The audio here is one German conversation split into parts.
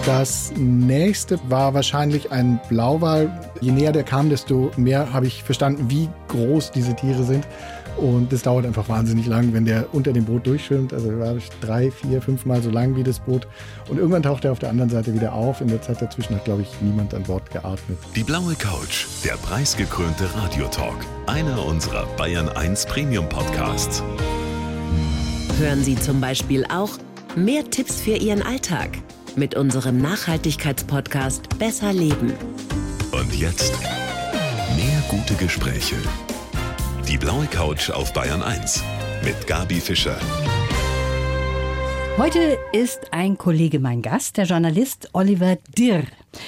Das nächste war wahrscheinlich ein Blauwal. Je näher der kam, desto mehr habe ich verstanden, wie groß diese Tiere sind. Und das dauert einfach wahnsinnig lang, wenn der unter dem Boot durchschwimmt. Also er war 3, 4, 5 Mal so lang wie das Boot. Und irgendwann taucht er auf der anderen Seite wieder auf. In der Zeit dazwischen hat, glaube ich, niemand an Bord geatmet. Die blaue Couch, der preisgekrönte Radiotalk. Einer unserer Bayern 1 Premium Podcasts. Hören Sie zum Beispiel auch mehr Tipps für Ihren Alltag mit unserem Nachhaltigkeitspodcast Besser Leben. Und jetzt mehr gute Gespräche. Die blaue Couch auf Bayern 1 mit Gabi Fischer. Heute ist ein Kollege mein Gast, der Journalist Oliver Dirr.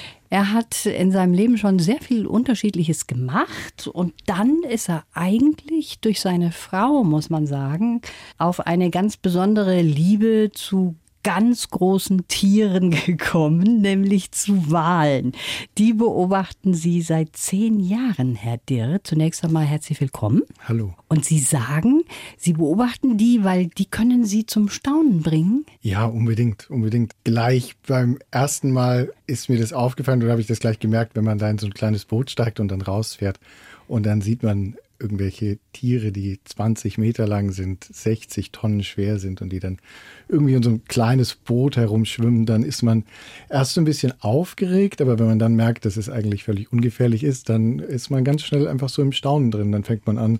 Er hat in seinem Leben schon sehr viel Unterschiedliches gemacht und dann ist er eigentlich durch seine Frau, muss man sagen, auf eine ganz besondere Liebe zu ganz großen Tieren gekommen, nämlich zu Walen. Die beobachten Sie seit 10 Jahren, Herr Dirr. Zunächst einmal herzlich willkommen. Hallo. Und Sie sagen, Sie beobachten die, weil die können Sie zum Staunen bringen? Ja, unbedingt. Gleich beim ersten Mal ist mir das aufgefallen, oder habe ich das gleich gemerkt, wenn man da in so ein kleines Boot steigt und dann rausfährt. Und dann sieht man irgendwelche Tiere, die 20 Meter lang sind, 60 Tonnen schwer sind und die dann irgendwie in so ein kleines Boot herumschwimmen, dann ist man erst so ein bisschen aufgeregt, aber wenn man dann merkt, dass es eigentlich völlig ungefährlich ist, dann ist man ganz schnell einfach so im Staunen drin. Dann fängt man an,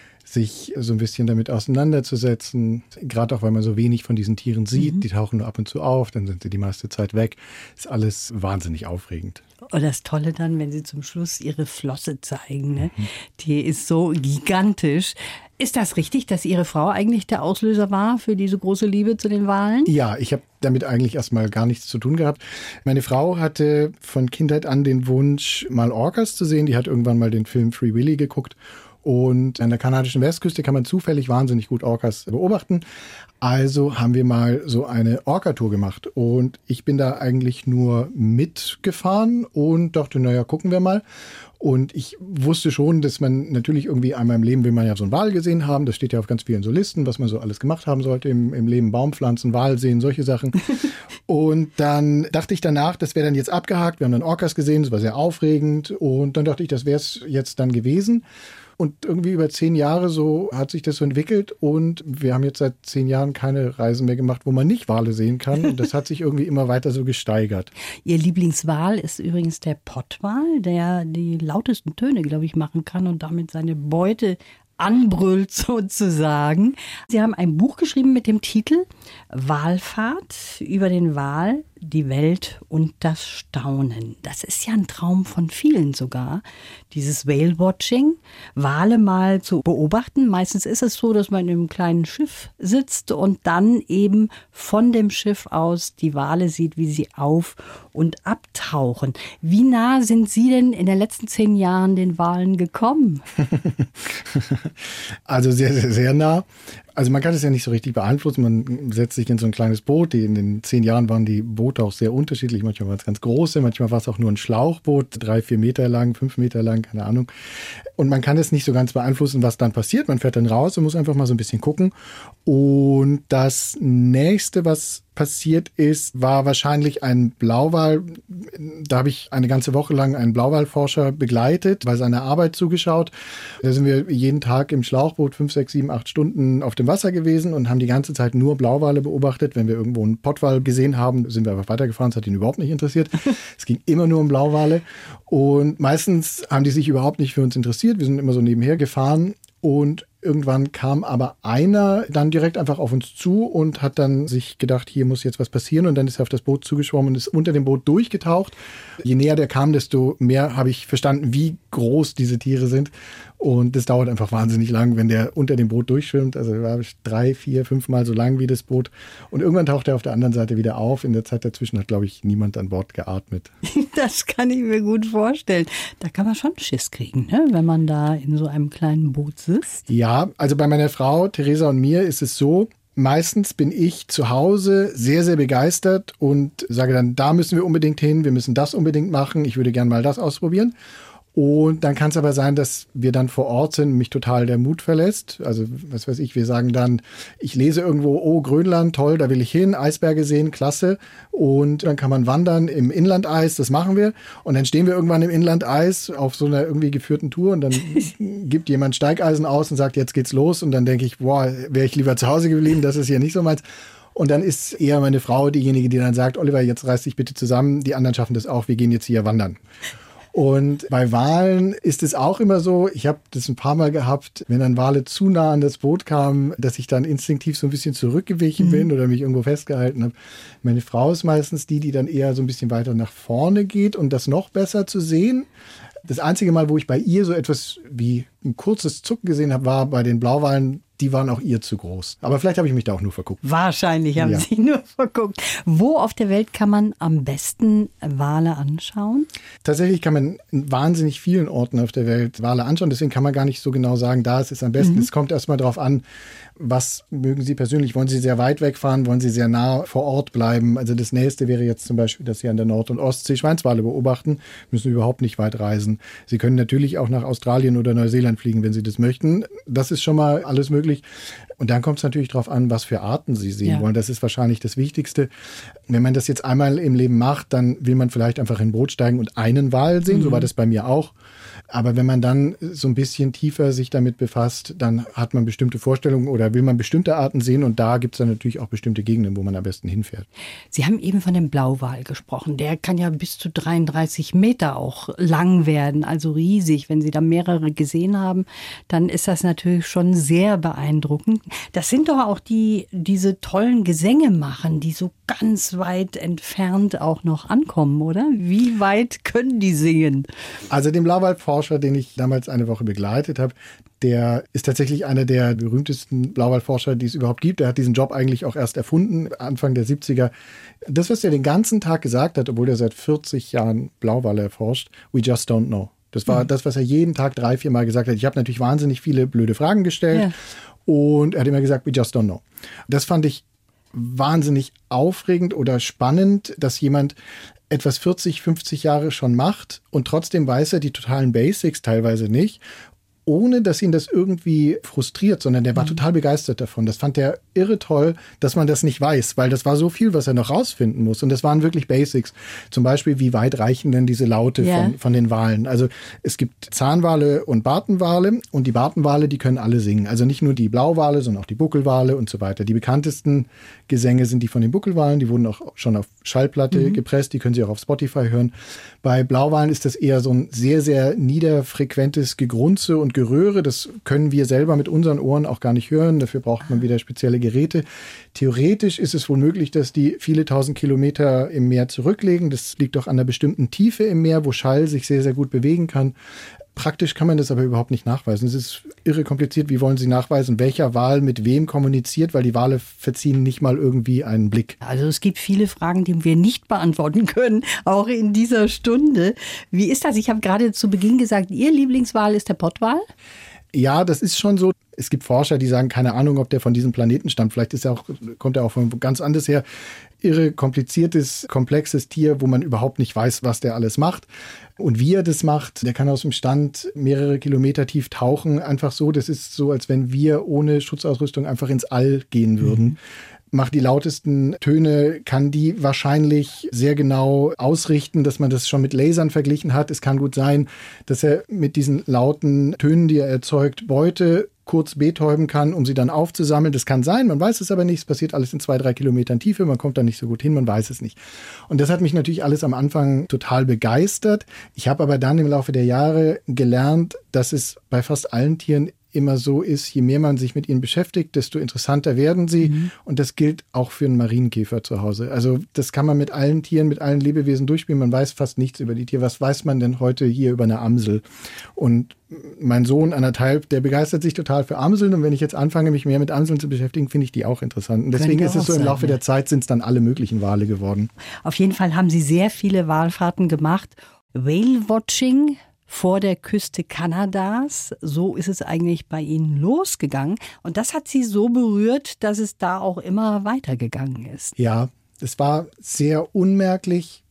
sich so ein bisschen damit auseinanderzusetzen, gerade auch, weil man so wenig von diesen Tieren sieht. Die tauchen nur ab und zu auf, dann sind sie die meiste Zeit weg. Ist alles wahnsinnig aufregend. Und das Tolle dann, wenn Sie zum Schluss Ihre Flosse zeigen, ne? Die ist so gigantisch. Ist das richtig, dass Ihre Frau eigentlich der Auslöser war für diese große Liebe zu den Walen? Ja, ich habe damit eigentlich erstmal gar nichts zu tun gehabt. Meine Frau hatte von Kindheit an den Wunsch, mal Orcas zu sehen. Die hat irgendwann mal den Film Free Willy geguckt. Und an der kanadischen Westküste kann man zufällig wahnsinnig gut Orcas beobachten. Also haben wir mal so eine Orca-Tour gemacht. Und ich bin da eigentlich nur mitgefahren und dachte, naja, gucken wir mal. Und ich wusste schon, dass man natürlich irgendwie einmal im Leben will man ja so einen Wal gesehen haben. Das steht ja auf ganz vielen so Listen, was man so alles gemacht haben sollte im Leben. Baum pflanzen, Wal sehen, solche Sachen. Und dann dachte ich danach, das wäre dann jetzt abgehakt. Wir haben dann Orcas gesehen, das war sehr aufregend. Und dann dachte ich, das wäre es jetzt dann gewesen. Und irgendwie über 10 Jahre so hat sich das so entwickelt und wir haben jetzt seit 10 Jahren keine Reisen mehr gemacht, wo man nicht Wale sehen kann. Und das hat sich irgendwie immer weiter so gesteigert. Ihr Lieblingswal ist übrigens der Pottwal, der die lautesten Töne, glaube ich, machen kann und damit seine Beute anbrüllt sozusagen. Sie haben ein Buch geschrieben mit dem Titel Walfahrt über den Wal, die Welt und das Staunen. Das ist ja ein Traum von vielen sogar, dieses Whale-Watching, Wale mal zu beobachten. Meistens ist es so, dass man in einem kleinen Schiff sitzt und dann eben von dem Schiff aus die Wale sieht, wie sie auf- und abtauchen. Wie nah sind Sie denn in den letzten 10 Jahren den Walen gekommen? Also sehr, sehr, sehr nah. Also man kann es ja nicht so richtig beeinflussen. Man setzt sich in so ein kleines Boot. In den 10 Jahren waren die Boote auch sehr unterschiedlich. Manchmal waren es ganz große, manchmal war es auch nur ein Schlauchboot, 3, 4 Meter lang, 5 Meter lang, keine Ahnung. Und man kann es nicht so ganz beeinflussen, was dann passiert. Man fährt dann raus und muss einfach mal so ein bisschen gucken. Und das nächste, was passiert ist, war wahrscheinlich ein Blauwal. Da habe ich eine ganze Woche lang einen Blauwalforscher begleitet, bei seiner Arbeit zugeschaut. Da sind wir jeden Tag im Schlauchboot 5, 6, 7, 8 Stunden auf dem Wasser gewesen und haben die ganze Zeit nur Blauwale beobachtet. Wenn wir irgendwo einen Pottwal gesehen haben, sind wir einfach weitergefahren. Das hat ihn überhaupt nicht interessiert. Es ging immer nur um Blauwale. Und meistens haben die sich überhaupt nicht für uns interessiert. Wir sind immer so nebenher gefahren. Und irgendwann kam aber einer dann direkt einfach auf uns zu und hat dann sich gedacht, hier muss jetzt was passieren. Und dann ist er auf das Boot zugeschwommen und ist unter dem Boot durchgetaucht. Je näher der kam, desto mehr habe ich verstanden, wie groß diese Tiere sind. Und das dauert einfach wahnsinnig lang, wenn der unter dem Boot durchschwimmt. Also er war 3, 4, 5 Mal so lang wie das Boot. Und irgendwann taucht er auf der anderen Seite wieder auf. In der Zeit dazwischen hat, glaube ich, niemand an Bord geatmet. Das kann ich mir gut vorstellen. Da kann man schon Schiss kriegen, ne? Wenn man da in so einem kleinen Boot sitzt. Ja, also bei meiner Frau Theresa und mir ist es so, meistens bin ich zu Hause sehr, sehr begeistert und sage dann, da müssen wir unbedingt hin, wir müssen das unbedingt machen, ich würde gerne mal das ausprobieren. Und dann kann es aber sein, dass wir dann vor Ort sind, mich total der Mut verlässt. Also was weiß ich, wir sagen dann, ich lese irgendwo, oh Grönland, toll, da will ich hin, Eisberge sehen, klasse. Und dann kann man wandern im Inlandeis, das machen wir. Und dann stehen wir irgendwann im Inlandeis auf so einer irgendwie geführten Tour und dann gibt jemand Steigeisen aus und sagt, jetzt geht's los. Und dann denke ich, boah, wäre ich lieber zu Hause geblieben, das ist hier nicht so meins. Und dann ist eher meine Frau diejenige, die dann sagt, Oliver, jetzt reiß dich bitte zusammen, die anderen schaffen das auch, wir gehen jetzt hier wandern. Und bei Walen ist es auch immer so, ich habe das ein paar Mal gehabt, wenn dann Wale zu nah an das Boot kamen, dass ich dann instinktiv so ein bisschen zurückgewichen bin oder mich irgendwo festgehalten habe. Meine Frau ist meistens die dann eher so ein bisschen weiter nach vorne geht und das noch besser zu sehen. Das einzige Mal, wo ich bei ihr so etwas wie ein kurzes Zucken gesehen habe, war bei den Blauwalen. Die waren auch ihr zu groß. Aber vielleicht habe ich mich da auch nur verguckt. Wahrscheinlich haben Sie nur verguckt. Wo auf der Welt kann man am besten Wale anschauen? Tatsächlich kann man in wahnsinnig vielen Orten auf der Welt Wale anschauen. Deswegen kann man gar nicht so genau sagen, da ist es am besten. Es kommt erstmal darauf an, was mögen Sie persönlich? Wollen Sie sehr weit wegfahren? Wollen Sie sehr nah vor Ort bleiben? Also das Nächste wäre jetzt zum Beispiel, dass Sie an der Nord- und Ostsee Schweinswale beobachten. Müssen überhaupt nicht weit reisen. Sie können natürlich auch nach Australien oder Neuseeland fliegen, wenn Sie das möchten. Das ist schon mal alles möglich. Und dann kommt es natürlich darauf an, was für Arten Sie sehen wollen. Das ist wahrscheinlich das Wichtigste. Wenn man das jetzt einmal im Leben macht, dann will man vielleicht einfach in ein Boot steigen und einen Wal sehen. So war das bei mir auch. Aber wenn man dann so ein bisschen tiefer sich damit befasst, dann hat man bestimmte Vorstellungen oder will man bestimmte Arten sehen. Und da gibt es dann natürlich auch bestimmte Gegenden, wo man am besten hinfährt. Sie haben eben von dem Blauwal gesprochen. Der kann ja bis zu 33 Meter auch lang werden, also riesig. Wenn Sie da mehrere gesehen haben, dann ist das natürlich schon sehr beeindruckend. Das sind doch auch die, diese tollen Gesänge machen, die so ganz weit entfernt auch noch ankommen, oder? Wie weit können die singen? Also den Blauwalforscher, den ich damals eine Woche begleitet habe, der ist tatsächlich einer der berühmtesten Blauwalforscher, die es überhaupt gibt. Der hat diesen Job eigentlich auch erst erfunden, Anfang der 70er. Das, was er den ganzen Tag gesagt hat, obwohl er seit 40 Jahren Blauwale erforscht, we just don't know. Das war das, was er jeden Tag 3-4 Mal gesagt hat. Ich habe natürlich wahnsinnig viele blöde Fragen gestellt und er hat immer gesagt, we just don't know. Das fand ich wahnsinnig aufregend oder spannend, dass jemand etwas 40, 50 Jahre schon macht und trotzdem weiß er die totalen Basics teilweise nicht, ohne dass ihn das irgendwie frustriert, sondern der war total begeistert davon. Das fand er irre toll, dass man das nicht weiß, weil das war so viel, was er noch rausfinden muss. Und das waren wirklich Basics. Zum Beispiel, wie weit reichen denn diese Laute von den Walen? Also es gibt Zahnwale und Bartenwale und die Bartenwale, die können alle singen. Also nicht nur die Blauwale, sondern auch die Buckelwale und so weiter. Die bekanntesten Gesänge sind die von den Buckelwalen. Die wurden auch schon auf Schallplatte gepresst. Die können Sie auch auf Spotify hören. Bei Blauwalen ist das eher so ein sehr, sehr niederfrequentes Gegrunze und Geröhre. Das können wir selber mit unseren Ohren auch gar nicht hören. Dafür braucht man wieder spezielle Geräte. Theoretisch ist es wohl möglich, dass die viele tausend Kilometer im Meer zurücklegen. Das liegt auch an einer bestimmten Tiefe im Meer, wo Schall sich sehr, sehr gut bewegen kann. Praktisch kann man das aber überhaupt nicht nachweisen. Es ist irre kompliziert. Wie wollen Sie nachweisen, welcher Wal mit wem kommuniziert? Weil die Wale verziehen nicht mal irgendwie einen Blick. Also es gibt viele Fragen, die wir nicht beantworten können, auch in dieser Stunde. Wie ist das? Ich habe gerade zu Beginn gesagt, Ihr Lieblingswal ist der Pottwal? Ja, das ist schon so. Es gibt Forscher, die sagen, keine Ahnung, ob der von diesem Planeten stammt. Vielleicht kommt er auch von ganz anders her. Irre kompliziertes, komplexes Tier, wo man überhaupt nicht weiß, was der alles macht. Und wie er das macht, der kann aus dem Stand mehrere Kilometer tief tauchen. Einfach so, das ist so, als wenn wir ohne Schutzausrüstung einfach ins All gehen würden. Macht die lautesten Töne, kann die wahrscheinlich sehr genau ausrichten, dass man das schon mit Lasern verglichen hat. Es kann gut sein, dass er mit diesen lauten Tönen, die er erzeugt, Beute kurz betäuben kann, um sie dann aufzusammeln. Das kann sein, man weiß es aber nicht. Es passiert alles in 2-3 Kilometern Tiefe. Man kommt da nicht so gut hin, man weiß es nicht. Und das hat mich natürlich alles am Anfang total begeistert. Ich habe aber dann im Laufe der Jahre gelernt, dass es bei fast allen Tieren immer so ist, je mehr man sich mit ihnen beschäftigt, desto interessanter werden sie. Und das gilt auch für einen Marienkäfer zu Hause. Also das kann man mit allen Tieren, mit allen Lebewesen durchspielen. Man weiß fast nichts über die Tiere. Was weiß man denn heute hier über eine Amsel? Und mein Sohn, 1,5, der begeistert sich total für Amseln. Und wenn ich jetzt anfange, mich mehr mit Amseln zu beschäftigen, finde ich die auch interessant. Und deswegen ist es so, im Laufe der Zeit sind es dann alle möglichen Wale geworden. Auf jeden Fall haben Sie sehr viele Walfahrten gemacht. Whale-Watching vor der Küste Kanadas. So ist es eigentlich bei Ihnen losgegangen. Und das hat Sie so berührt, dass es da auch immer weitergegangen ist. Ja, es war sehr unmerklich,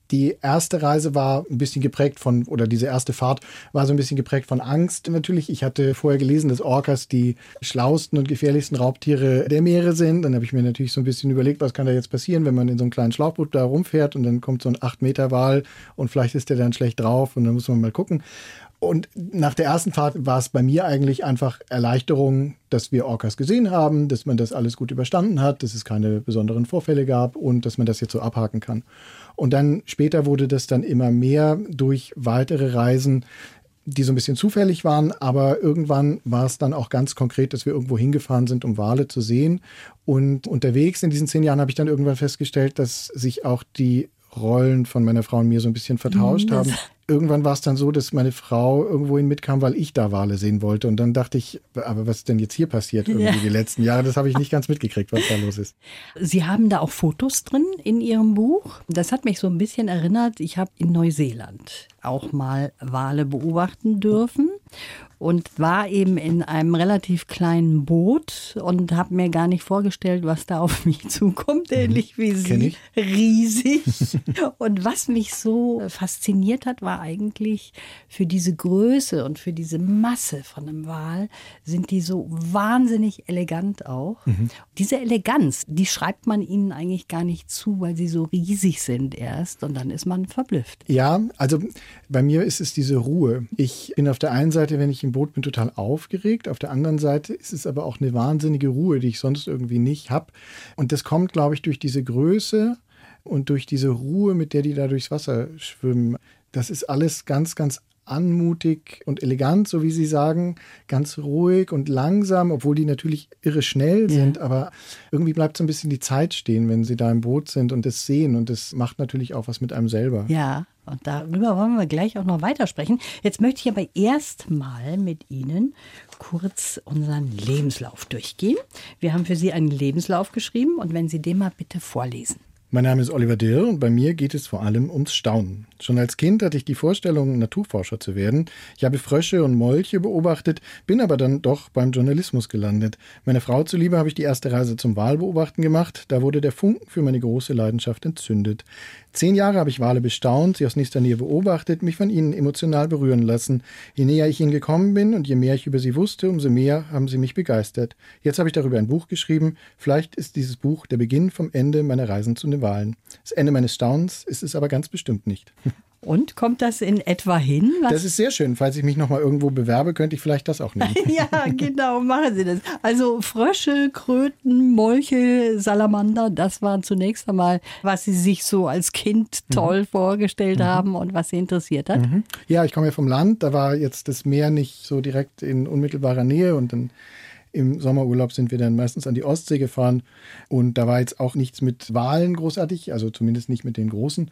Die erste Reise war ein bisschen geprägt diese erste Fahrt war so ein bisschen geprägt von Angst natürlich. Ich hatte vorher gelesen, dass Orcas die schlauesten und gefährlichsten Raubtiere der Meere sind. Dann habe ich mir natürlich so ein bisschen überlegt, was kann da jetzt passieren, wenn man in so einem kleinen Schlauchboot da rumfährt und dann kommt so ein 8-Meter-Wal und vielleicht ist der dann schlecht drauf und dann muss man mal gucken. Und nach der ersten Fahrt war es bei mir eigentlich einfach Erleichterung, dass wir Orcas gesehen haben, dass man das alles gut überstanden hat, dass es keine besonderen Vorfälle gab und dass man das jetzt so abhaken kann. Und dann später wurde das dann immer mehr durch weitere Reisen, die so ein bisschen zufällig waren, aber irgendwann war es dann auch ganz konkret, dass wir irgendwo hingefahren sind, um Wale zu sehen. Und unterwegs in diesen 10 Jahren habe ich dann irgendwann festgestellt, dass sich auch die Rollen von meiner Frau und mir so ein bisschen vertauscht haben. Irgendwann war es dann so, dass meine Frau irgendwohin mitkam, weil ich da Wale sehen wollte. Und dann dachte ich, aber was ist denn jetzt hier passiert irgendwie die letzten Jahre? Das habe ich nicht ganz mitgekriegt, was da los ist. Sie haben da auch Fotos drin in Ihrem Buch. Das hat mich so ein bisschen erinnert. Ich habe in Neuseeland auch mal Wale beobachten dürfen und war eben in einem relativ kleinen Boot und habe mir gar nicht vorgestellt, was da auf mich zukommt, ähnlich wie Sie. Riesig. Und was mich so fasziniert hat, war eigentlich für diese Größe und für diese Masse von einem Wal sind die so wahnsinnig elegant auch. Diese Eleganz, die schreibt man ihnen eigentlich gar nicht zu, weil sie so riesig sind erst und dann ist man verblüfft. Ja, also bei mir ist es diese Ruhe. Ich bin auf der einen Seite, wenn ich im Boot bin, total aufgeregt. Auf der anderen Seite ist es aber auch eine wahnsinnige Ruhe, die ich sonst irgendwie nicht habe. Und das kommt, glaube ich, durch diese Größe und durch diese Ruhe, mit der die da durchs Wasser schwimmen. Das ist alles ganz, ganz anmutig und elegant, so wie Sie sagen, ganz ruhig und langsam, obwohl die natürlich irre schnell sind, aber irgendwie bleibt so ein bisschen die Zeit stehen, wenn Sie da im Boot sind und das sehen und das macht natürlich auch was mit einem selber. Ja, und darüber wollen wir gleich auch noch weitersprechen. Jetzt möchte ich aber erst mal mit Ihnen kurz unseren Lebenslauf durchgehen. Wir haben für Sie einen Lebenslauf geschrieben und wenn Sie den mal bitte vorlesen. Mein Name ist Oliver Dirr und bei mir geht es vor allem ums Staunen. Schon als Kind hatte ich die Vorstellung, Naturforscher zu werden. Ich habe Frösche und Molche beobachtet, bin aber dann doch beim Journalismus gelandet. Meiner Frau zuliebe habe ich die erste Reise zum Walbeobachten gemacht. Da wurde der Funken für meine große Leidenschaft entzündet. 10 Jahre habe ich Wale bestaunt, sie aus nächster Nähe beobachtet, mich von ihnen emotional berühren lassen. Je näher ich ihnen gekommen bin und je mehr ich über sie wusste, umso mehr haben sie mich begeistert. Jetzt habe ich darüber ein Buch geschrieben. Vielleicht ist dieses Buch der Beginn vom Ende meiner Reisen zu den Walen. Das Ende meines Staunens ist es aber ganz bestimmt nicht. Und kommt das in etwa hin? Das ist sehr schön. Falls ich mich noch mal irgendwo bewerbe, könnte ich vielleicht das auch nehmen. Ja, genau, machen Sie das. Also Frösche, Kröten, Molche, Salamander, das war zunächst einmal, was Sie sich so als Kind toll vorgestellt haben und was Sie interessiert hat. Ja, ich komme ja vom Land. Da war jetzt das Meer nicht so direkt in unmittelbarer Nähe und dann im Sommerurlaub sind wir dann meistens an die Ostsee gefahren und da war jetzt auch nichts mit Walen großartig, also zumindest nicht mit den großen.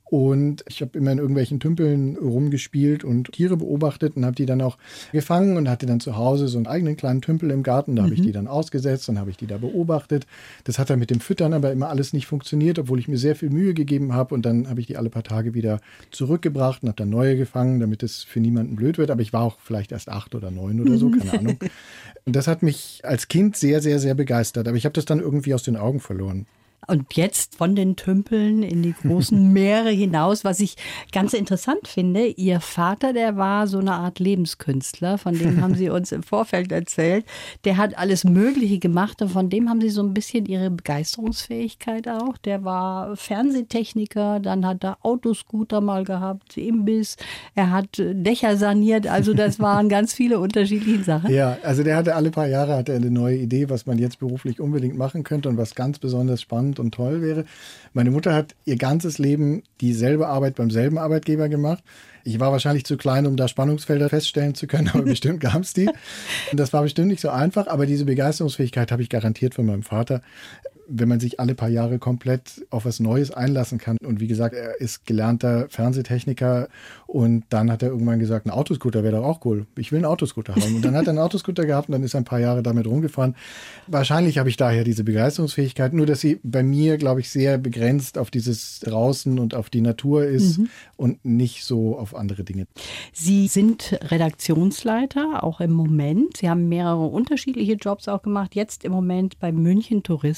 Und ich habe immer in irgendwelchen Tümpeln rumgespielt und Tiere beobachtet und habe die dann auch gefangen und hatte dann zu Hause so einen eigenen kleinen Tümpel im Garten. Da habe ich die dann ausgesetzt und habe ich die da beobachtet. Das hat dann mit dem Füttern aber immer alles nicht funktioniert, obwohl ich mir sehr viel Mühe gegeben habe. Und dann habe ich die alle paar Tage wieder zurückgebracht und habe dann neue gefangen, damit es für niemanden blöd wird. Aber ich war auch vielleicht erst 8 oder 9 oder so, keine Ahnung. Und das hat mich als Kind sehr, sehr, sehr begeistert. Aber ich habe das dann irgendwie aus den Augen verloren. Und jetzt von den Tümpeln in die großen Meere hinaus, was ich ganz interessant finde, Ihr Vater, der war so eine Art Lebenskünstler, von dem haben Sie uns im Vorfeld erzählt. Der hat alles Mögliche gemacht und von dem haben Sie so ein bisschen Ihre Begeisterungsfähigkeit auch. Der war Fernsehtechniker, dann hat er Autoscooter mal gehabt, Imbiss, er hat Dächer saniert, also das waren ganz viele unterschiedliche Sachen. Ja, also der hatte alle paar Jahre eine neue Idee, was man jetzt beruflich unbedingt machen könnte und was ganz besonders spannend und toll wäre. Meine Mutter hat ihr ganzes Leben dieselbe Arbeit beim selben Arbeitgeber gemacht. Ich war wahrscheinlich zu klein, um da Spannungsfelder feststellen zu können, aber bestimmt gab es die. Und das war bestimmt nicht so einfach, aber diese Begeisterungsfähigkeit habe ich garantiert von meinem Vater, wenn man sich alle paar Jahre komplett auf was Neues einlassen kann. Und wie gesagt, er ist gelernter Fernsehtechniker und dann hat er irgendwann gesagt, ein Autoscooter wäre doch auch cool. Ich will einen Autoscooter haben. Und dann hat er einen Autoscooter gehabt und dann ist er ein paar Jahre damit rumgefahren. Wahrscheinlich habe ich daher diese Begeisterungsfähigkeit, nur dass sie bei mir, glaube ich, sehr begrenzt auf dieses Draußen und auf die Natur ist und nicht so auf andere Dinge. Sie sind Redaktionsleiter, auch im Moment. Sie haben mehrere unterschiedliche Jobs auch gemacht. Jetzt im Moment bei München Tourismus.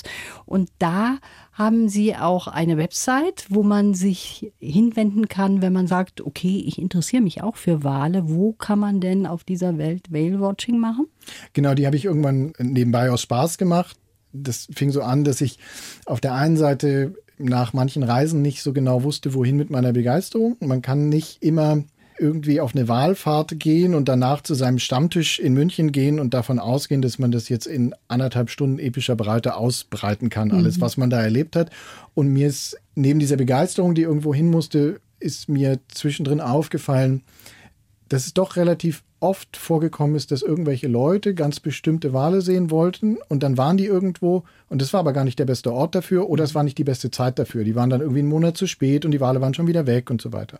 Und da haben Sie auch eine Website, wo man sich hinwenden kann, wenn man sagt, okay, ich interessiere mich auch für Wale. Wo kann man denn auf dieser Welt Whale-Watching machen? Genau, die habe ich irgendwann nebenbei aus Spaß gemacht. Das fing so an, dass ich auf der einen Seite nach manchen Reisen nicht so genau wusste, wohin mit meiner Begeisterung. Man kann nicht immer irgendwie auf eine Walfahrt gehen und danach zu seinem Stammtisch in München gehen und davon ausgehen, dass man das jetzt in 1,5 Stunden epischer Breite ausbreiten kann, alles, was man da erlebt hat. Und mir ist neben dieser Begeisterung, die irgendwo hin musste, ist mir zwischendrin aufgefallen, dass es doch relativ oft vorgekommen ist, dass irgendwelche Leute ganz bestimmte Wale sehen wollten und dann waren die irgendwo und das war aber gar nicht der beste Ort dafür oder es war nicht die beste Zeit dafür. Die waren dann irgendwie einen Monat zu spät und die Wale waren schon wieder weg und so weiter.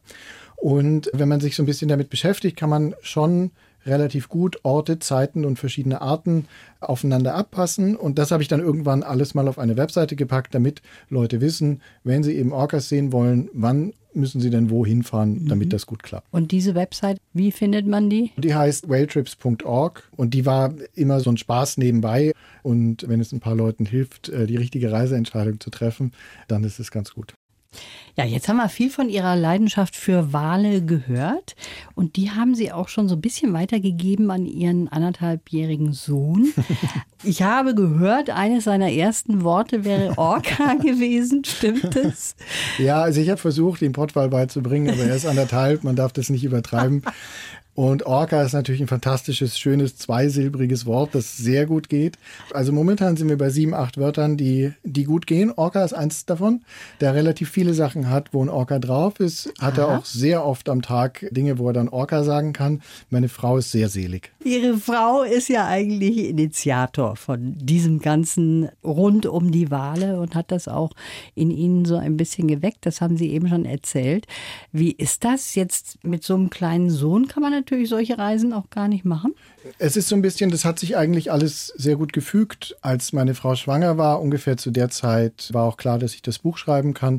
Und wenn man sich so ein bisschen damit beschäftigt, kann man schon relativ gut Orte, Zeiten und verschiedene Arten aufeinander abpassen. Und das habe ich dann irgendwann alles mal auf eine Webseite gepackt, damit Leute wissen, wenn sie eben Orcas sehen wollen, wann müssen sie denn wohin fahren, damit das gut klappt. Und diese Website, wie findet man die? Die heißt whaletrips.org und die war immer so ein Spaß nebenbei. Und wenn es ein paar Leuten hilft, die richtige Reiseentscheidung zu treffen, dann ist es ganz gut. Ja, jetzt haben wir viel von Ihrer Leidenschaft für Wale gehört und die haben Sie auch schon so ein bisschen weitergegeben an Ihren 1,5-jährigen Sohn. Ich habe gehört, eines seiner ersten Worte wäre Orca gewesen. Stimmt es? Ja, also ich habe versucht, ihm Pottwal beizubringen, aber er ist 1,5, man darf das nicht übertreiben. Und Orca ist natürlich ein fantastisches, schönes, zweisilbriges Wort, das sehr gut geht. Also momentan sind wir bei 7, 8 Wörtern, die gut gehen. Orca ist eins davon, der relativ viele Sachen hat, wo ein Orca drauf ist. Hat er auch sehr oft am Tag Dinge, wo er dann Orca sagen kann. Meine Frau ist sehr selig. Ihre Frau ist ja eigentlich Initiator von diesem Ganzen rund um die Wale und hat das auch in Ihnen so ein bisschen geweckt. Das haben Sie eben schon erzählt. Wie ist das jetzt mit so einem kleinen Sohn? Kann man natürlich solche Reisen auch gar nicht machen? Es ist so ein bisschen, das hat sich eigentlich alles sehr gut gefügt. Als meine Frau schwanger war, ungefähr zu der Zeit, war auch klar, dass ich das Buch schreiben kann.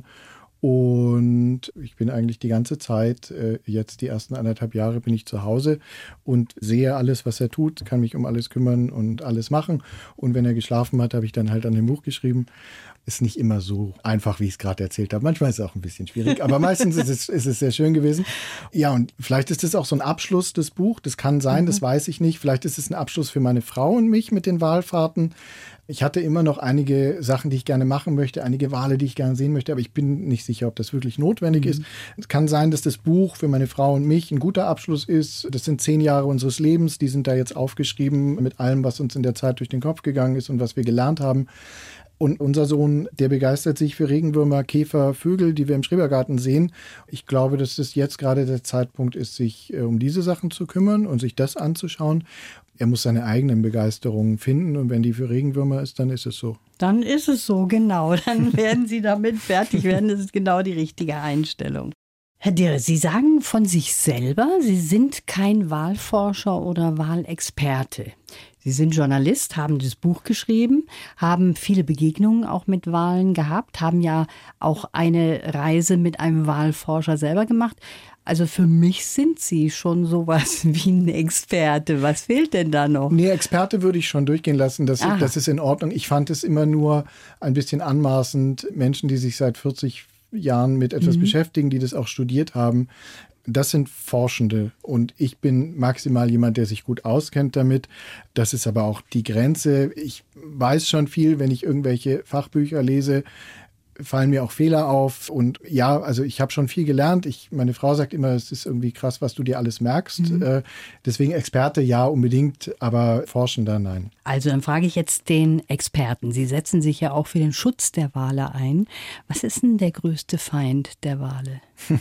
Und ich bin eigentlich die ganze Zeit, jetzt die ersten 1,5 Jahre bin ich zu Hause und sehe alles, was er tut, kann mich um alles kümmern und alles machen. Und wenn er geschlafen hat, habe ich dann halt an dem Buch geschrieben. Ist nicht immer so einfach, wie ich es gerade erzählt habe. Manchmal ist es auch ein bisschen schwierig, aber meistens ist es sehr schön gewesen. Ja, und vielleicht ist das auch so ein Abschluss des Buchs. Das kann sein, das weiß ich nicht. Vielleicht ist es ein Abschluss für meine Frau und mich mit den Walfahrten. Ich hatte immer noch einige Sachen, die ich gerne machen möchte, einige Wale, die ich gerne sehen möchte, aber ich bin nicht sicher, ob das wirklich notwendig ist. Es kann sein, dass das Buch für meine Frau und mich ein guter Abschluss ist. Das sind 10 Jahre unseres Lebens, die sind da jetzt aufgeschrieben mit allem, was uns in der Zeit durch den Kopf gegangen ist und was wir gelernt haben. Und unser Sohn, der begeistert sich für Regenwürmer, Käfer, Vögel, die wir im Schrebergarten sehen. Ich glaube, dass es jetzt gerade der Zeitpunkt ist, sich um diese Sachen zu kümmern und sich das anzuschauen. Er muss seine eigenen Begeisterungen finden und wenn die für Regenwürmer ist, dann ist es so. Dann ist es so, genau. Dann werden Sie damit fertig werden. Das ist genau die richtige Einstellung. Herr Dirre, Sie sagen von sich selber, Sie sind kein Walforscher oder Walexperte. Sie sind Journalist, haben das Buch geschrieben, haben viele Begegnungen auch mit Walen gehabt, haben ja auch eine Reise mit einem Walforscher selber gemacht. Also für mich sind Sie schon sowas wie ein Experte. Was fehlt denn da noch? Nee, Experte würde ich schon durchgehen lassen. Das ist in Ordnung. Ich fand es immer nur ein bisschen anmaßend, Menschen, die sich seit 40 Jahren mit etwas beschäftigen, die das auch studiert haben. Das sind Forschende und ich bin maximal jemand, der sich gut auskennt damit. Das ist aber auch die Grenze. Ich weiß schon viel, wenn ich irgendwelche Fachbücher lese, fallen mir auch Fehler auf. Und ja, also ich habe schon viel gelernt. Meine Frau sagt immer, es ist irgendwie krass, was du dir alles merkst. Deswegen Experte ja unbedingt, aber Forschender nein. Also dann frage ich jetzt den Experten. Sie setzen sich ja auch für den Schutz der Wale ein. Was ist denn der größte Feind der Wale?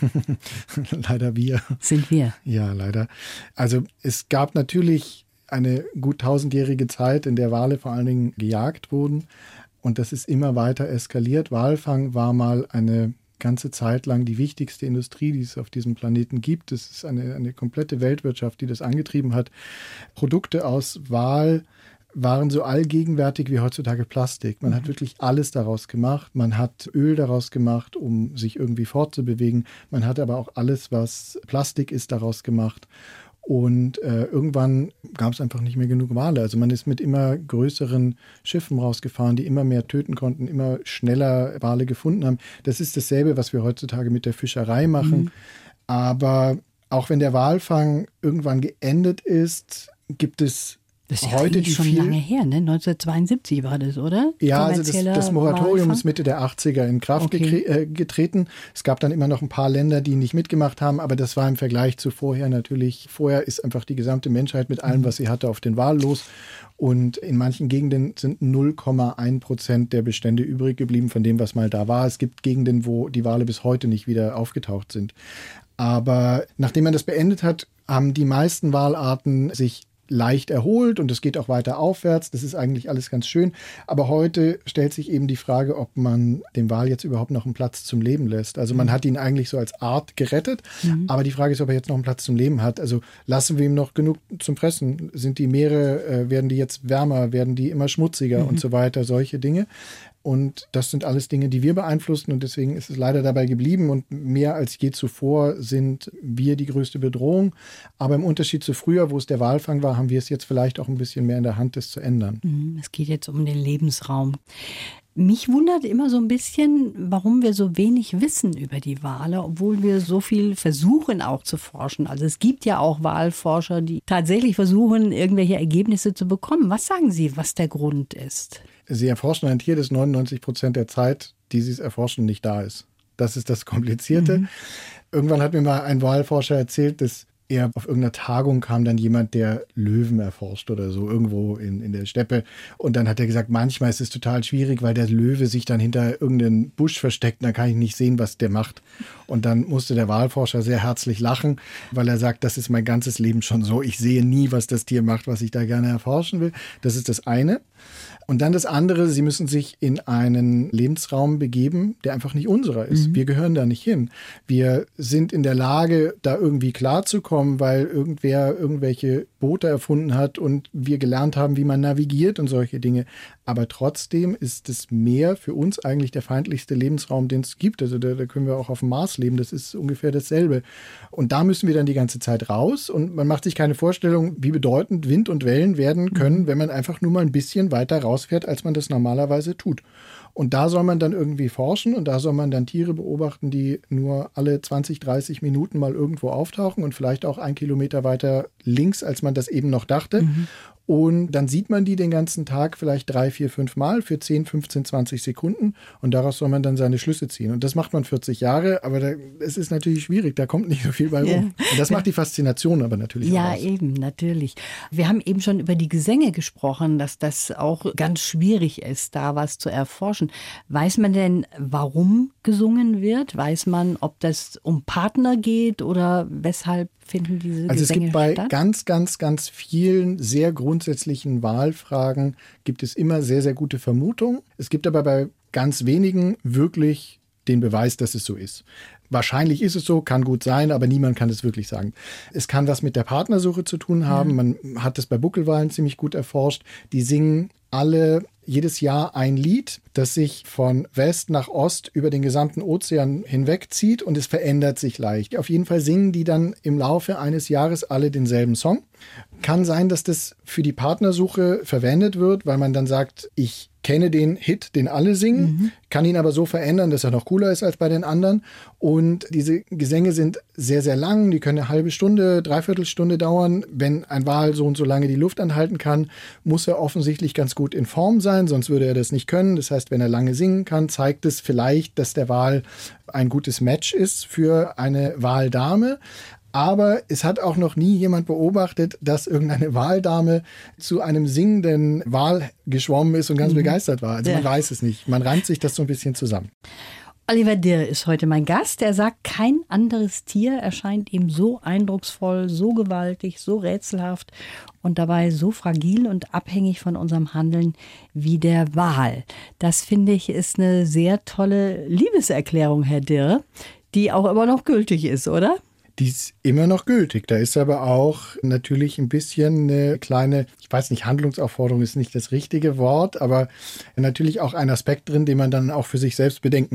Leider wir. Sind wir? Ja, leider. Also es gab natürlich eine gut 1000-jährige Zeit, in der Wale vor allen Dingen gejagt wurden. Und das ist immer weiter eskaliert. Walfang war mal eine ganze Zeit lang die wichtigste Industrie, die es auf diesem Planeten gibt. Es ist eine komplette Weltwirtschaft, die das angetrieben hat. Produkte aus Wal waren so allgegenwärtig wie heutzutage Plastik. Man hat wirklich alles daraus gemacht. Man hat Öl daraus gemacht, um sich irgendwie fortzubewegen. Man hat aber auch alles, was Plastik ist, daraus gemacht. Und irgendwann gab es einfach nicht mehr genug Wale. Also man ist mit immer größeren Schiffen rausgefahren, die immer mehr töten konnten, immer schneller Wale gefunden haben. Das ist dasselbe, was wir heutzutage mit der Fischerei machen. Aber auch wenn der Walfang irgendwann geendet ist, gibt es das ist ja heute eigentlich schon lange her, ne? 1972 war das, oder? Ja, also das Moratorium ist Mitte der 80er in Kraft getreten. Es gab dann immer noch ein paar Länder, die nicht mitgemacht haben, aber das war im Vergleich zu vorher natürlich. Vorher ist einfach die gesamte Menschheit mit allem, was sie hatte, auf den Wal los. Und in manchen Gegenden sind 0,1% der Bestände übrig geblieben von dem, was mal da war. Es gibt Gegenden, wo die Wale bis heute nicht wieder aufgetaucht sind. Aber nachdem man das beendet hat, haben die meisten Walarten sich leicht erholt und es geht auch weiter aufwärts. Das ist eigentlich alles ganz schön. Aber heute stellt sich eben die Frage, ob man dem Wal jetzt überhaupt noch einen Platz zum Leben lässt. Also man hat ihn eigentlich so als Art gerettet, aber die Frage ist, ob er jetzt noch einen Platz zum Leben hat. Also lassen wir ihm noch genug zum Fressen? Sind die Meere, werden die jetzt wärmer? Werden die immer schmutziger und so weiter? Solche Dinge. Und das sind alles Dinge, die wir beeinflussen und deswegen ist es leider dabei geblieben und mehr als je zuvor sind wir die größte Bedrohung. Aber im Unterschied zu früher, wo es der Walfang war, haben wir es jetzt vielleicht auch ein bisschen mehr in der Hand, das zu ändern. Es geht jetzt um den Lebensraum. Mich wundert immer so ein bisschen, warum wir so wenig wissen über die Wale, obwohl wir so viel versuchen auch zu forschen. Also es gibt ja auch Walforscher, die tatsächlich versuchen, irgendwelche Ergebnisse zu bekommen. Was sagen Sie, was der Grund ist? Sie erforschen ein Tier, das 99% der Zeit, die Sie es erforschen, nicht da ist. Das ist das Komplizierte. Irgendwann hat mir mal ein Walforscher erzählt, dass er auf irgendeiner Tagung kam dann jemand, der Löwen erforscht oder so, irgendwo in der Steppe. Und dann hat er gesagt, manchmal ist es total schwierig, weil der Löwe sich dann hinter irgendeinem Busch versteckt und dann kann ich nicht sehen, was der macht. Und dann musste der Walforscher sehr herzlich lachen, weil er sagt, das ist mein ganzes Leben schon so. Ich sehe nie, was das Tier macht, was ich da gerne erforschen will. Das ist das eine. Und dann das andere, sie müssen sich in einen Lebensraum begeben, der einfach nicht unserer ist. Wir gehören da nicht hin. Wir sind in der Lage, da irgendwie klarzukommen, weil irgendwer irgendwelche Boote erfunden hat und wir gelernt haben, wie man navigiert und solche Dinge. Aber trotzdem ist das Meer für uns eigentlich der feindlichste Lebensraum, den es gibt. Also da können wir auch auf dem Mars leben, das ist ungefähr dasselbe. Und da müssen wir dann die ganze Zeit raus und man macht sich keine Vorstellung, wie bedeutend Wind und Wellen werden können, wenn man einfach nur mal ein bisschen weiter rausfährt, als man das normalerweise tut. Und da soll man dann irgendwie forschen und da soll man dann Tiere beobachten, die nur alle 20, 30 Minuten mal irgendwo auftauchen und vielleicht auch 1 Kilometer weiter links, als man das eben noch dachte. Und dann sieht man die den ganzen Tag vielleicht 3, 4, 5 Mal für 10, 15, 20 Sekunden und daraus soll man dann seine Schlüsse ziehen. Und das macht man 40 Jahre, aber es ist natürlich schwierig, da kommt nicht so viel bei rum. Und das macht die Faszination aber natürlich auch aus. Ja, eben, natürlich. Wir haben eben schon über die Gesänge gesprochen, dass das auch ganz schwierig ist, da was zu erforschen. Weiß man denn, warum gesungen wird? Weiß man, ob das um Partner geht oder weshalb finden diese Gesänge statt? Also es gibt bei ganz, ganz, ganz vielen sehr grundsätzlichen Wahlfragen gibt es immer sehr, sehr gute Vermutungen. Es gibt aber bei ganz wenigen wirklich den Beweis, dass es so ist. Wahrscheinlich ist es so, kann gut sein, aber niemand kann es wirklich sagen. Es kann was mit der Partnersuche zu tun haben. Man hat das bei Buckelwalen ziemlich gut erforscht. Die singen alle jedes Jahr ein Lied, das sich von West nach Ost über den gesamten Ozean hinwegzieht und es verändert sich leicht. Auf jeden Fall singen die dann im Laufe eines Jahres alle denselben Song. Kann sein, dass das für die Partnersuche verwendet wird, weil man dann sagt, ich kenne den Hit, den alle singen, kann ihn aber so verändern, dass er noch cooler ist als bei den anderen. Und diese Gesänge sind sehr, sehr lang. Die können eine halbe Stunde, 3/4 Stunde dauern. Wenn ein Wal so und so lange die Luft anhalten kann, muss er offensichtlich ganz gut in Form sein, sonst würde er das nicht können. Das heißt, wenn er lange singen kann, zeigt es vielleicht, dass der Wal ein gutes Match ist für eine Waldame. Aber es hat auch noch nie jemand beobachtet, dass irgendeine Waldame zu einem singenden Wal geschwommen ist und ganz begeistert war. Also man weiß es nicht. Man reimt sich das so ein bisschen zusammen. Oliver Dirr ist heute mein Gast. Er sagt, kein anderes Tier erscheint ihm so eindrucksvoll, so gewaltig, so rätselhaft und dabei so fragil und abhängig von unserem Handeln wie der Wal. Das, finde ich, ist eine sehr tolle Liebeserklärung, Herr Dirr, die auch immer noch gültig ist, oder? Die ist immer noch gültig. Da ist aber auch natürlich ein bisschen eine kleine, ich weiß nicht, Handlungsaufforderung ist nicht das richtige Wort, aber natürlich auch ein Aspekt drin, den man dann auch für sich selbst bedenken muss.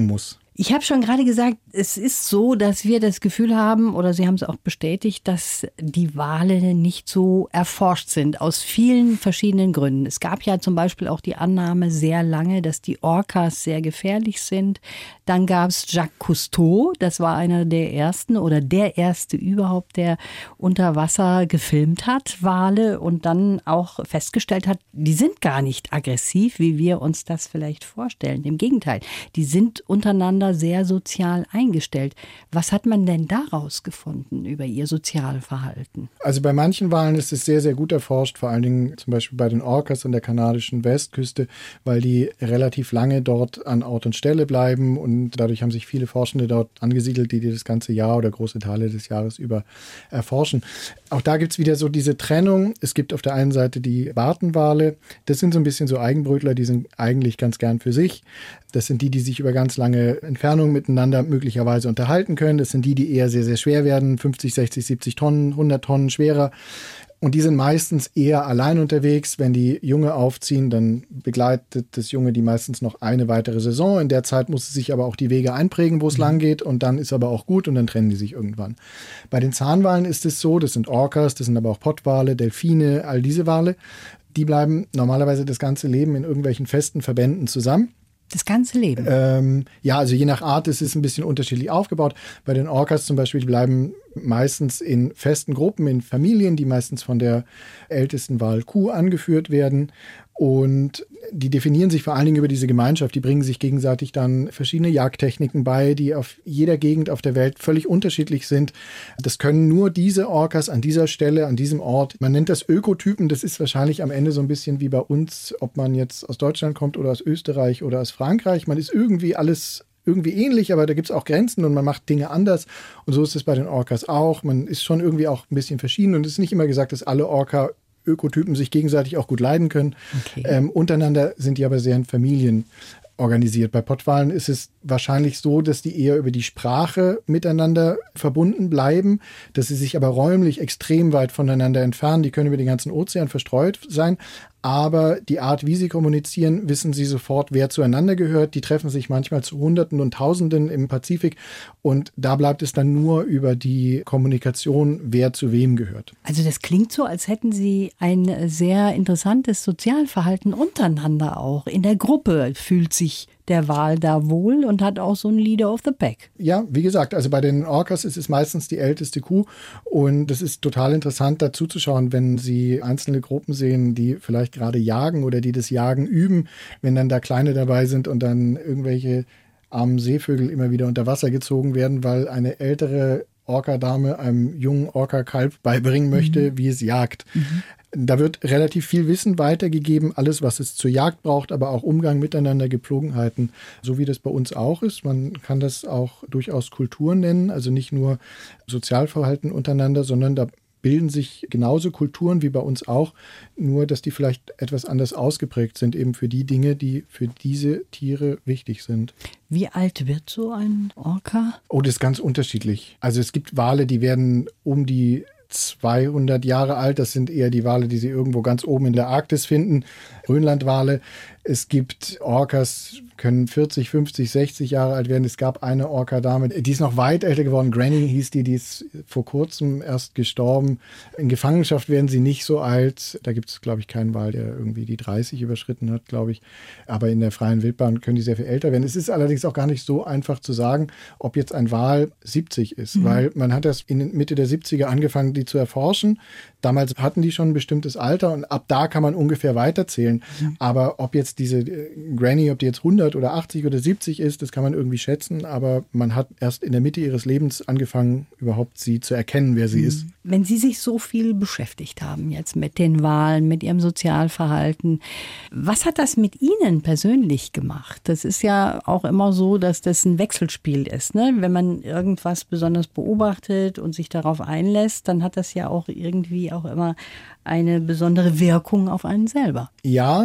Ich habe schon gerade gesagt, es ist so, dass wir das Gefühl haben, oder Sie haben es auch bestätigt, dass die Wale nicht so erforscht sind, aus vielen verschiedenen Gründen. Es gab ja zum Beispiel auch die Annahme sehr lange, dass die Orcas sehr gefährlich sind. Dann gab es Jacques Cousteau, das war einer der ersten oder der erste überhaupt, der unter Wasser gefilmt hat, Wale, und dann auch festgestellt hat, die sind gar nicht aggressiv, wie wir uns das vielleicht vorstellen. Im Gegenteil, die sind untereinander sehr sozial eingestellt. Was hat man denn daraus gefunden über ihr Sozialverhalten? Also bei manchen Walen ist es sehr, sehr gut erforscht, vor allen Dingen zum Beispiel bei den Orcas an der kanadischen Westküste, weil die relativ lange dort an Ort und Stelle bleiben und dadurch haben sich viele Forschende dort angesiedelt, die das ganze Jahr oder große Teile des Jahres über erforschen. Auch da gibt es wieder so diese Trennung. Es gibt auf der einen Seite die Bartenwale. Das sind so ein bisschen so Eigenbrötler, die sind eigentlich ganz gern für sich. Das sind die sich über ganz lange Entfernungen miteinander möglicherweise unterhalten können. Das sind die eher sehr, sehr schwer werden, 50, 60, 70 Tonnen, 100 Tonnen schwerer. Und die sind meistens eher allein unterwegs. Wenn die Junge aufziehen, dann begleitet das Junge die meistens noch eine weitere Saison. In der Zeit muss es sich aber auch die Wege einprägen, wo es lang geht. Und dann ist aber auch gut und dann trennen die sich irgendwann. Bei den Zahnwalen ist es so, das sind Orcas, das sind aber auch Pottwale, Delfine, all diese Wale. Die bleiben normalerweise das ganze Leben in irgendwelchen festen Verbänden zusammen. Das ganze Leben? Ja, also je nach Art ist es ein bisschen unterschiedlich aufgebaut. Bei den Orcas zum Beispiel, die bleiben meistens in festen Gruppen, in Familien, die meistens von der ältesten Walkuh angeführt werden. Und die definieren sich vor allen Dingen über diese Gemeinschaft. Die bringen sich gegenseitig dann verschiedene Jagdtechniken bei, die auf jeder Gegend auf der Welt völlig unterschiedlich sind. Das können nur diese Orcas an dieser Stelle, an diesem Ort. Man nennt das Ökotypen. Das ist wahrscheinlich am Ende so ein bisschen wie bei uns, ob man jetzt aus Deutschland kommt oder aus Österreich oder aus Frankreich. Man ist irgendwie alles irgendwie ähnlich, aber da gibt es auch Grenzen und man macht Dinge anders. Und so ist es bei den Orcas auch. Man ist schon irgendwie auch ein bisschen verschieden und es ist nicht immer gesagt, dass alle Ökotypen sich gegenseitig auch gut leiden können. Okay. Untereinander sind die aber sehr in Familien organisiert. Bei Pottwalen ist es wahrscheinlich so, dass die eher über die Sprache miteinander verbunden bleiben, dass sie sich aber räumlich extrem weit voneinander entfernen. Die können über den ganzen Ozean verstreut sein, aber die Art, wie sie kommunizieren, wissen sie sofort, wer zueinander gehört. Die treffen sich manchmal zu Hunderten und Tausenden im Pazifik und da bleibt es dann nur über die Kommunikation, wer zu wem gehört. Also das klingt so, als hätten Sie ein sehr interessantes Sozialverhalten untereinander auch. In der Gruppe fühlt sich der Wal da wohl und hat auch so einen Leader of the Pack. Ja, wie gesagt, also bei den Orcas ist es meistens die älteste Kuh und das ist total interessant dazu zu schauen, wenn Sie einzelne Gruppen sehen, die vielleicht gerade jagen oder die das Jagen üben, wenn dann da Kleine dabei sind und dann irgendwelche armen Seevögel immer wieder unter Wasser gezogen werden, weil eine ältere Orca-Dame einem jungen Orca-Kalb beibringen möchte, wie es jagt. Da wird relativ viel Wissen weitergegeben, alles, was es zur Jagd braucht, aber auch Umgang miteinander, Gepflogenheiten, so wie das bei uns auch ist. Man kann das auch durchaus Kultur nennen, also nicht nur Sozialverhalten untereinander, sondern da bilden sich genauso Kulturen wie bei uns auch, nur dass die vielleicht etwas anders ausgeprägt sind, eben für die Dinge, die für diese Tiere wichtig sind. Wie alt wird so ein Orca? Oh, das ist ganz unterschiedlich. Also es gibt Wale, die werden um die 200 Jahre alt. Das sind eher die Wale, die Sie irgendwo ganz oben in der Arktis finden. Grönlandwale. Es gibt Orcas, können 40, 50, 60 Jahre alt werden. Es gab eine Orca-Dame, die ist noch weit älter geworden. Granny hieß die ist vor kurzem erst gestorben. In Gefangenschaft werden sie nicht so alt. Da gibt es, glaube ich, keinen Wal, der irgendwie die 30 überschritten hat, glaube ich. Aber in der freien Wildbahn können die sehr viel älter werden. Es ist allerdings auch gar nicht so einfach zu sagen, ob jetzt ein Wal 70 ist, weil man hat erst in Mitte der 70er angefangen, die zu erforschen. Damals hatten die schon ein bestimmtes Alter und ab da kann man ungefähr weiterzählen. Aber ob jetzt diese Granny, ob die jetzt 100 oder 80 oder 70 ist, das kann man irgendwie schätzen. Aber man hat erst in der Mitte ihres Lebens angefangen, überhaupt sie zu erkennen, wer sie ist. Wenn Sie sich so viel beschäftigt haben jetzt mit den Walen, mit Ihrem Sozialverhalten, was hat das mit Ihnen persönlich gemacht? Das ist ja auch immer so, dass das ein Wechselspiel ist, ne? Wenn man irgendwas besonders beobachtet und sich darauf einlässt, dann hat das ja auch irgendwie auch immer eine besondere Wirkung auf einen selber. Ja,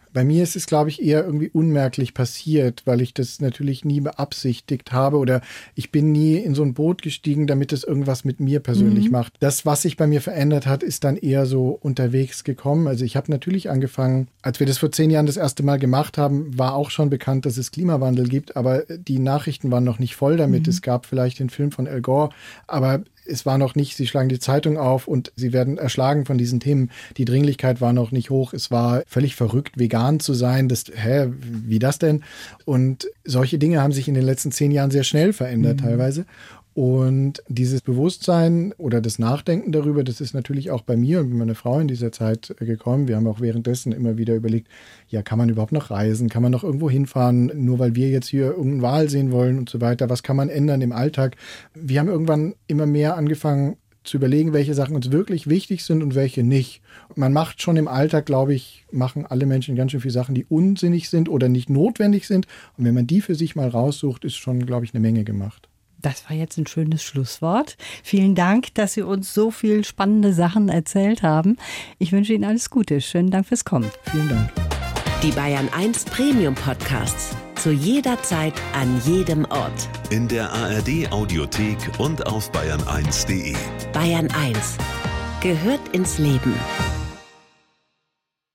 Bei mir ist es, glaube ich, eher irgendwie unmerklich passiert, weil ich das natürlich nie beabsichtigt habe oder ich bin nie in so ein Boot gestiegen, damit es irgendwas mit mir persönlich macht. Das, was sich bei mir verändert hat, ist dann eher so unterwegs gekommen. Also ich habe natürlich angefangen, als wir das vor 10 Jahren das erste Mal gemacht haben, war auch schon bekannt, dass es Klimawandel gibt, aber die Nachrichten waren noch nicht voll damit. Es gab vielleicht den Film von Al Gore, aber es war noch nicht, sie schlagen die Zeitung auf und sie werden erschlagen von diesen Themen. Die Dringlichkeit war noch nicht hoch. Es war völlig verrückt, vegan zu sein. Wie das denn? Und solche Dinge haben sich in den letzten 10 Jahren sehr schnell verändert teilweise. Und dieses Bewusstsein oder das Nachdenken darüber, das ist natürlich auch bei mir und meiner Frau in dieser Zeit gekommen. Wir haben auch währenddessen immer wieder überlegt, ja, kann man überhaupt noch reisen? Kann man noch irgendwo hinfahren, nur weil wir jetzt hier irgendeinen Wal sehen wollen und so weiter? Was kann man ändern im Alltag? Wir haben irgendwann immer mehr angefangen zu überlegen, welche Sachen uns wirklich wichtig sind und welche nicht. Man macht schon im Alltag, glaube ich, machen alle Menschen ganz schön viele Sachen, die unsinnig sind oder nicht notwendig sind. Und wenn man die für sich mal raussucht, ist schon, glaube ich, eine Menge gemacht. Das war jetzt ein schönes Schlusswort. Vielen Dank, dass Sie uns so viel spannende Sachen erzählt haben. Ich wünsche Ihnen alles Gute. Schönen Dank fürs Kommen. Vielen Dank. Die Bayern 1 Premium Podcasts. Zu jeder Zeit, an jedem Ort. In der ARD Audiothek und auf bayern1.de. Bayern 1 gehört ins Leben.